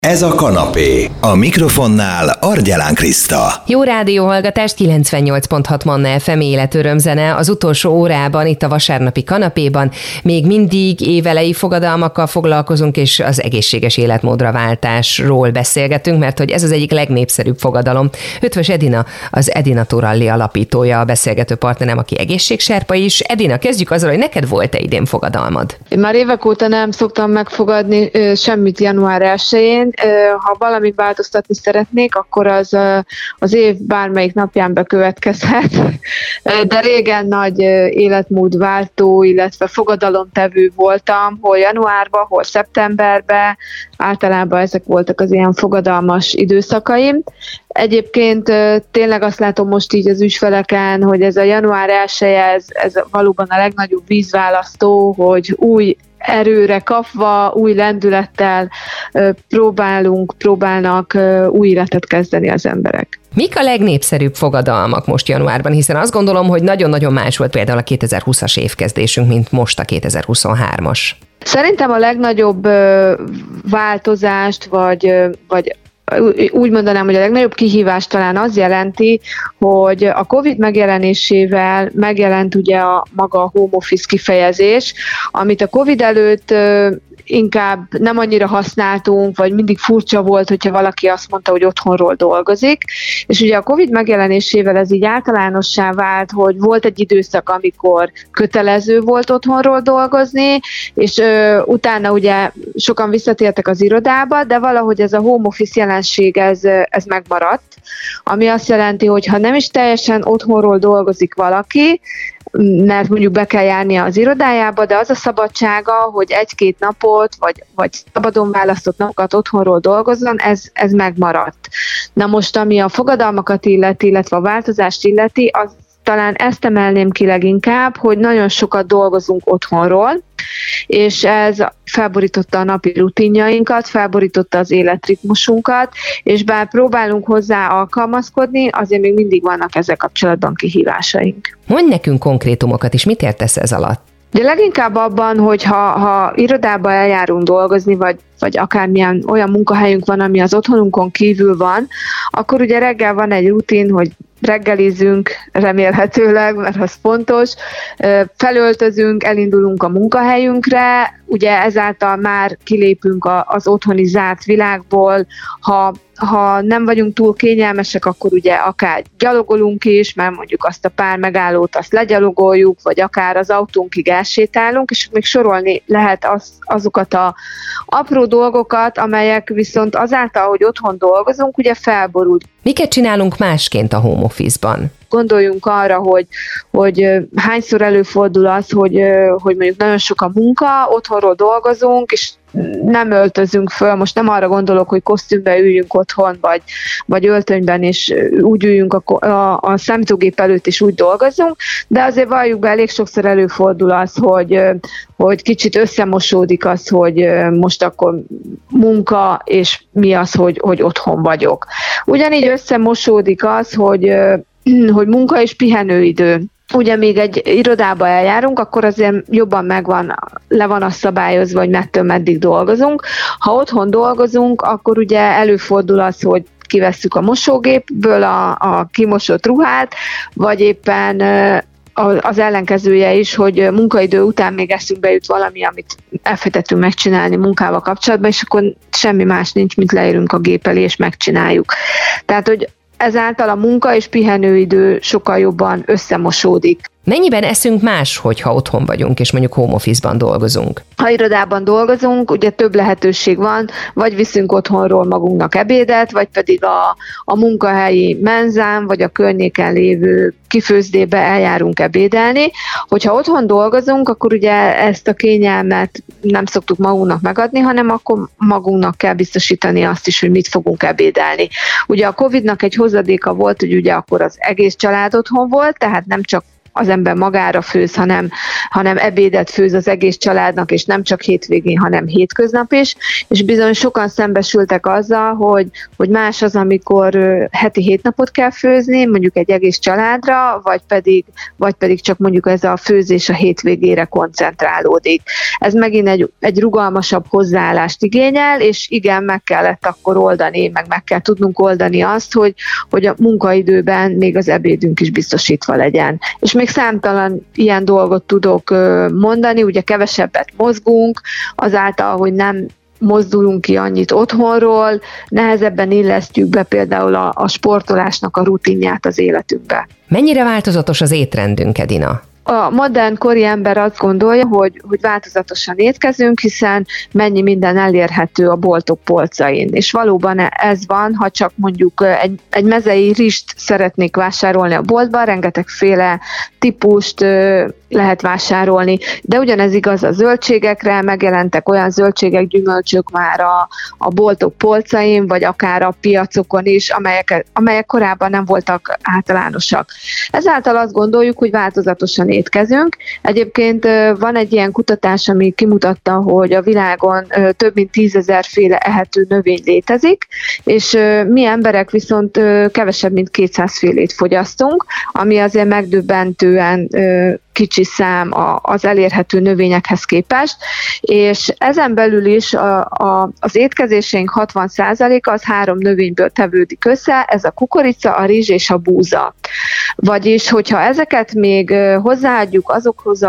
Ez a kanapé. A mikrofonnál Argyelán Kriszta. Jó rádióhallgatást, 98.6 Manna FM életörömzene. Az utolsó órában, itt a vasárnapi kanapéban még mindig évelei fogadalmakkal foglalkozunk, és az egészséges életmódra váltásról beszélgetünk, mert hogy ez az egyik legnépszerűbb fogadalom. Ötvös Edina, az Edinaturalli alapítója, a beszélgető partnerem, aki egészségserpa is. Edina, kezdjük azzal, hogy neked volt-e idén fogadalmad? Én már évek óta nem szoktam megfogadni semmit január 1-én. Ha valamit változtatni szeretnék, akkor az év bármelyik napján bekövetkezhet. De régen nagy életmódváltó, illetve fogadalomtevő voltam, hol januárban, hol szeptemberben. Általában ezek voltak az ilyen fogadalmas időszakaim. Egyébként tényleg azt látom most így az ügyfeleken, hogy ez a január 1-je, ez valóban a legnagyobb vízválasztó, hogy új erőre kapva, új lendülettel próbálnak új életet kezdeni az emberek. Mik a legnépszerűbb fogadalmak most januárban? Hiszen azt gondolom, hogy nagyon-nagyon más volt például a 2020-as évkezdésünk, mint most a 2023-as. Szerintem a legnagyobb változást, vagy úgy mondanám, hogy a legnagyobb kihívás talán az jelenti, hogy a Covid megjelenésével megjelent ugye maga a home office kifejezés, amit a Covid előtt inkább nem annyira használtunk, vagy mindig furcsa volt, hogyha valaki azt mondta, hogy otthonról dolgozik. És ugye a Covid megjelenésével ez így általánossá vált, hogy volt egy időszak, amikor kötelező volt otthonról dolgozni, és utána ugye sokan visszatértek az irodába, de valahogy ez a home office jelenség ez megmaradt, ami azt jelenti, hogy ha nem is teljesen otthonról dolgozik valaki, mert mondjuk be kell járnia az irodájába, de az a szabadsága, hogy egy-két napot, vagy szabadon választott napokat otthonról dolgozzon, ez megmaradt. Na most, ami a fogadalmakat illeti, illetve a változást illeti, az talán ezt emelném ki leginkább, hogy nagyon sokat dolgozunk otthonról, és ez felborította a napi rutinjainkat, felborította az életritmusunkat, és bár próbálunk hozzá alkalmazkodni, azért még mindig vannak ezzel kapcsolatban kihívásaink. Mondj nekünk konkrétumokat is, mit értesz ez alatt? De leginkább abban, hogy ha irodába eljárunk dolgozni, vagy akármilyen olyan munkahelyünk van, ami az otthonunkon kívül van, akkor ugye reggel van egy rutin, hogy reggelizünk remélhetőleg, mert az fontos, felöltözünk, elindulunk a munkahelyünkre, ugye ezáltal már kilépünk az otthoni zárt világból, ha nem vagyunk túl kényelmesek, akkor ugye akár gyalogolunk is, mert mondjuk azt a pár megállót azt legyalogoljuk, vagy akár az autónkig elsétálunk, és még sorolni lehet azokat a apró dolgokat, amelyek viszont azáltal, hogy otthon dolgozunk, ugye felborul. Miket csinálunk másként a home office-ban? Gondoljunk arra, hogy hányszor előfordul az, hogy mondjuk nagyon sok a munka, otthonról dolgozunk, és nem öltözünk föl. Most nem arra gondolok, hogy kosztümbe üljünk otthon, vagy öltönyben, és úgy üljünk a számítógép előtt, és úgy dolgozunk, de azért valljuk be, elég sokszor előfordul az, hogy kicsit összemosódik az, hogy most akkor munka, és mi az, hogy otthon vagyok. Ugyanígy összemosódik az, hogy munka és pihenőidő. Ugye még egy irodába eljárunk, akkor azért jobban le van az szabályozva, hogy mettől meddig dolgozunk. Ha otthon dolgozunk, akkor ugye előfordul az, hogy kivesszük a mosógépből a kimosott ruhát, vagy éppen az ellenkezője is, hogy munkaidő után még eszünkbe jut valami, amit elfelejtettünk megcsinálni munkával kapcsolatban, és akkor semmi más nincs, mint leérünk a gép elé, és megcsináljuk. Tehát, hogy ezáltal a munka és pihenőidő sokkal jobban összemosódik. Mennyiben eszünk más, hogyha otthon vagyunk, és mondjuk home office-ban dolgozunk? Ha irodában dolgozunk, ugye több lehetőség van, vagy viszünk otthonról magunknak ebédet, vagy pedig a munkahelyi menzán, vagy a környéken lévő kifőzdébe eljárunk ebédelni. Hogyha otthon dolgozunk, akkor ugye ezt a kényelmet nem szoktuk magunknak megadni, hanem akkor magunknak kell biztosítani azt is, hogy mit fogunk ebédelni. Ugye a Covid-nak egy hozadéka volt, hogy ugye akkor az egész család otthon volt, tehát nem csak az ember magára főz, hanem ebédet főz az egész családnak, és nem csak hétvégén, hanem hétköznap is, és bizony sokan szembesültek azzal, hogy más az, amikor heti 7 napot kell főzni, mondjuk egy egész családra, vagy pedig csak mondjuk ez a főzés a hétvégére koncentrálódik. Ez megint egy rugalmasabb hozzáállást igényel, és igen, meg kellett akkor oldani, meg kell tudnunk oldani azt, hogy a munkaidőben még az ebédünk is biztosítva legyen. És még számtalan ilyen dolgot tudok mondani, ugye kevesebbet mozgunk, azáltal, hogy nem mozdulunk ki annyit otthonról, nehezebben illesztjük be például a sportolásnak a rutinját az életünkbe. Mennyire változatos az étrendünk, Edina? A modern kori ember azt gondolja, hogy változatosan étkezünk, hiszen mennyi minden elérhető a boltok polcain. És valóban ez van, ha csak mondjuk egy mezei rizst szeretnék vásárolni a boltban, rengetegféle típust lehet vásárolni, de ugyanez igaz a zöldségekre, megjelentek olyan zöldségek, gyümölcsök már a boltok polcain, vagy akár a piacokon is, amelyek korábban nem voltak általánosak. Ezáltal azt gondoljuk, hogy változatosan étkezünk. Egyébként van egy ilyen kutatás, ami kimutatta, hogy a világon több mint 10 000 féle ehető növény létezik, és mi emberek viszont kevesebb, mint 200 félét fogyasztunk, ami azért megdöbbentően kicsi szám az elérhető növényekhez képest, és ezen belül is az étkezéseink 60%-a az 3 növényből tevődik össze, ez a kukorica, a rizs és a búza. Vagyis, hogyha ezeket még hozzáadjuk azokhoz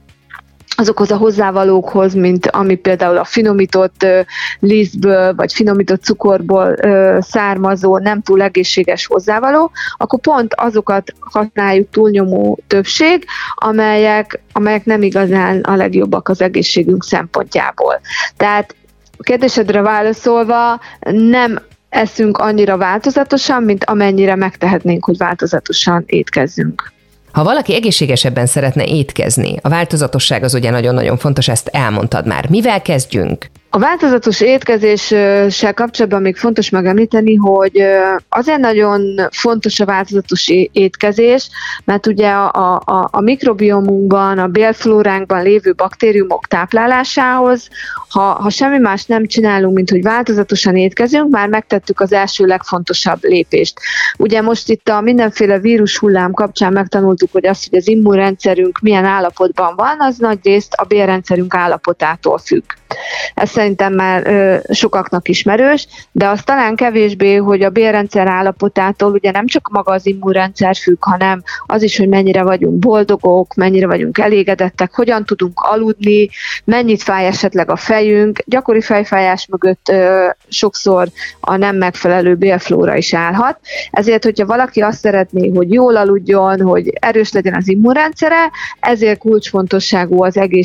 a hozzávalókhoz, mint ami például a finomított lisztből, vagy finomított cukorból származó, nem túl egészséges hozzávaló, akkor pont azokat használjuk túlnyomó többség, amelyek nem igazán a legjobbak az egészségünk szempontjából. Tehát a kérdésedre válaszolva, nem eszünk annyira változatosan, mint amennyire megtehetnénk, hogy változatosan étkezzünk. Ha valaki egészségesebben szeretne étkezni, a változatosság az ugye nagyon-nagyon fontos, ezt elmondtad már. Mivel kezdjünk? A változatos étkezéssel kapcsolatban még fontos megemlíteni, hogy azért nagyon fontos a változatos étkezés, mert ugye a mikrobiomunkban, a bélflóránkban lévő baktériumok táplálásához, ha semmi más nem csinálunk, mint hogy változatosan étkezünk, már megtettük az első legfontosabb lépést. Ugye most itt a mindenféle vírus hullám kapcsán megtanultuk, hogy az, hogy az immunrendszerünk milyen állapotban van, az nagyrészt a bélrendszerünk állapotától függ. Ez szerintem már sokaknak ismerős, de az talán kevésbé, hogy a bélrendszer állapotától ugye nem csak maga az immunrendszer függ, hanem az is, hogy mennyire vagyunk boldogok, mennyire vagyunk elégedettek, hogyan tudunk aludni, mennyit fáj esetleg a fejünk. Gyakori fejfájás mögött sokszor a nem megfelelő bélflóra is állhat. Ezért, hogyha valaki azt szeretné, hogy jól aludjon, hogy erős legyen az immunrendszere, ezért kulcsfontosságú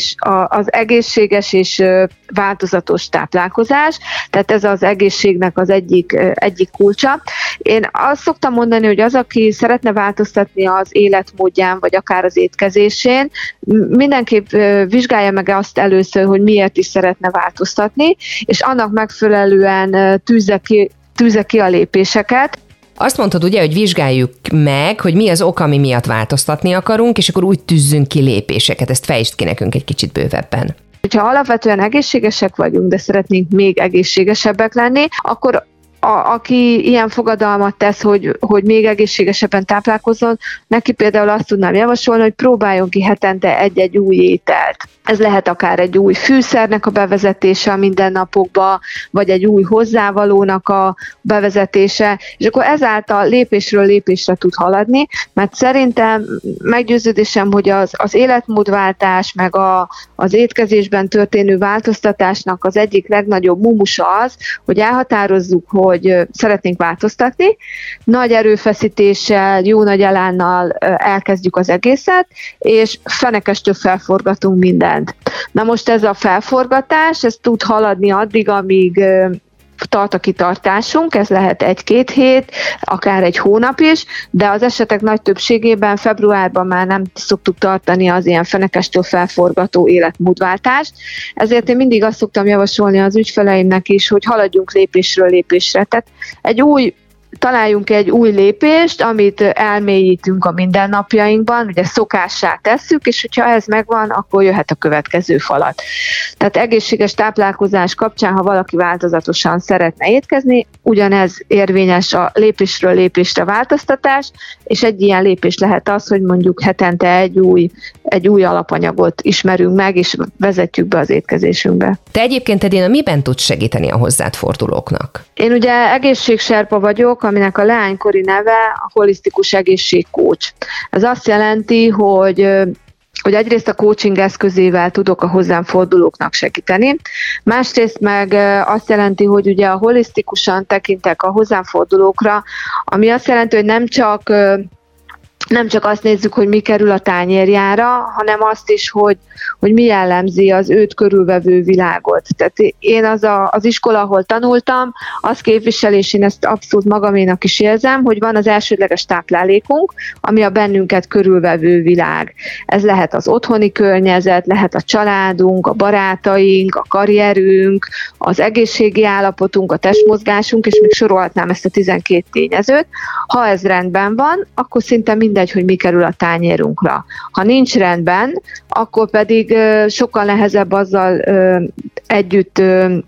az egészséges és változatos táplálkozás, tehát ez az egészségnek az egyik kulcsa. Én azt szoktam mondani, hogy az, aki szeretne változtatni az életmódján, vagy akár az étkezésén, mindenképp vizsgálja meg azt először, hogy miért is szeretne változtatni, és annak megfelelően tűzze ki a lépéseket. Azt mondtad ugye, hogy vizsgáljuk meg, hogy mi az ok, ami miatt változtatni akarunk, és akkor úgy tűzzünk ki lépéseket. Ezt fejtsd ki nekünk egy kicsit bővebben. Ha alapvetően egészségesek vagyunk, de szeretnénk még egészségesebbek lenni, akkor aki ilyen fogadalmat tesz, hogy még egészségesebben táplálkozzon, neki például azt tudnám javasolni, hogy próbáljon ki hetente egy-egy új ételt. Ez lehet akár egy új fűszernek a bevezetése a mindennapokba, vagy egy új hozzávalónak a bevezetése, és akkor ezáltal lépésről lépésre tud haladni, mert szerintem meggyőződésem, hogy az életmódváltás, meg az étkezésben történő változtatásnak az egyik legnagyobb mumusa az, hogy elhatározzuk, hogy szeretnénk változtatni, nagy erőfeszítéssel, jó nagy elánnal elkezdjük az egészet, és fenekestől felforgatunk mindent. Na most ez a felforgatás, ez tud haladni addig, amíg tart a kitartásunk, ez lehet 1-2 hét, akár egy hónap is, de az esetek nagy többségében februárban már nem szoktuk tartani az ilyen fenekestől felforgató életmódváltást. Ezért én mindig azt szoktam javasolni az ügyfeleimnek is, hogy haladjunk lépésről lépésre. Tehát egy új találjunk egy új lépést, amit elmélyítünk a mindennapjainkban, ugye szokássá tesszük, és hogyha ez megvan, akkor jöhet a következő falat. Tehát egészséges táplálkozás kapcsán, ha valaki változatosan szeretne étkezni, ugyanez érvényes a lépésről lépésre változtatás, és egy ilyen lépés lehet az, hogy mondjuk hetente egy új alapanyagot ismerünk meg, és vezetjük be az étkezésünkbe. Te egyébként, Edina, miben tudsz segíteni a hozzád fordulóknak? Én ugye egészségserpa vagyok, aminek a leánykori neve a holisztikus egészségcoach. Ez azt jelenti, hogy egyrészt a coaching eszközével tudok a hozzám fordulóknak segíteni, másrészt meg azt jelenti, hogy ugye a holisztikusan tekintek a hozzám fordulókra, ami azt jelenti, hogy nem csak azt nézzük, hogy mi kerül a tányérjára, hanem azt is, hogy mi jellemzi az őt körülvevő világot. Tehát én az iskola, ahol tanultam, az képvisel, és én ezt abszolút magaménak is érzem, hogy van az elsődleges táplálékunk, ami a bennünket körülvevő világ. Ez lehet az otthoni környezet, lehet a családunk, a barátaink, a karrierünk, az egészségi állapotunk, a testmozgásunk, és még sorolhatnám ezt a 12 tényezőt. Ha ez rendben van, akkor szinte mindegy, hogy mi kerül a tányérunkra. Ha nincs rendben, akkor pedig sokkal nehezebb azzal együtt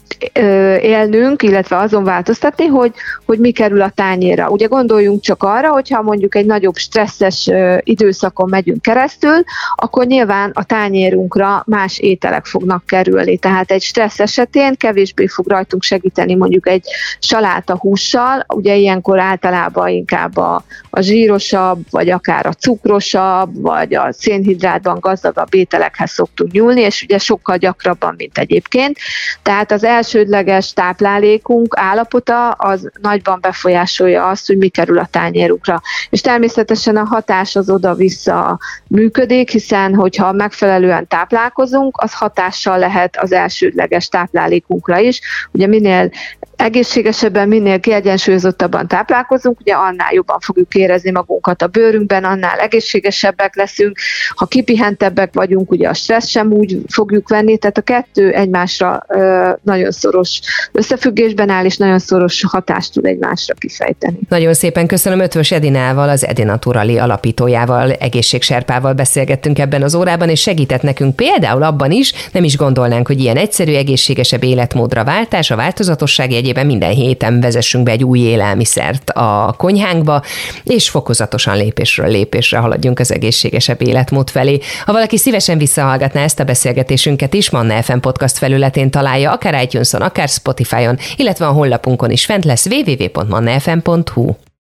élnünk, illetve azon változtatni, hogy mi kerül a tányérra. Ugye gondoljunk csak arra, hogyha mondjuk egy nagyobb stresszes időszakon megyünk keresztül, akkor nyilván a tányérunkra más ételek fognak kerülni. Tehát egy stressz esetén kevésbé fog rajtunk segíteni mondjuk egy saláta hússal, ugye ilyenkor általában inkább a zsírosabb, vagy akár a cukrosabb, vagy a szénhidrátban gazdagabb ételekhez szoktunk nyúlni, és ugye sokkal gyakrabban, mint egyébként. Tehát az elsődleges táplálékunk állapota az nagyban befolyásolja azt, hogy mi kerül a tányérunkra. És természetesen a hatás az oda-vissza működik, hiszen hogyha megfelelően táplálkozunk, az hatással lehet az elsődleges táplálékunkra is. Ugye minél egészségesebben, minél kiegyensúlyozottabban táplálkozunk, ugye annál jobban fogjuk érezni magunkat a bőrünkben, annál egészségesebbek leszünk. Ha kipihentebbek vagyunk, ugye a stressz sem úgy fogjuk venni, tehát a kettő egymásra nagyon szoros összefüggésben áll, és nagyon szoros hatást tud egymásra kifejteni. Nagyon szépen köszönöm. Ötvös Edinával, az Edinaturali alapítójával, egészségserpával beszélgettünk ebben az órában, és segített nekünk például abban is, nem is gondolnánk, hogy ilyen egyszerű, egészségesebb életmódra váltás, a változatosság jegyében minden héten vezessünk be egy új élelmiszert a konyhánkba, és fokozatosan lépésről lépésre haladjunk az egészségesebb életmód felé. Ha valaki szívesen visszahallgatná ezt a beszélgetésünket is, Manna FM podcast felületén találja, akár iTunes-on, akár Spotify-on, illetve a honlapunkon is fent lesz www.mannafm.hu.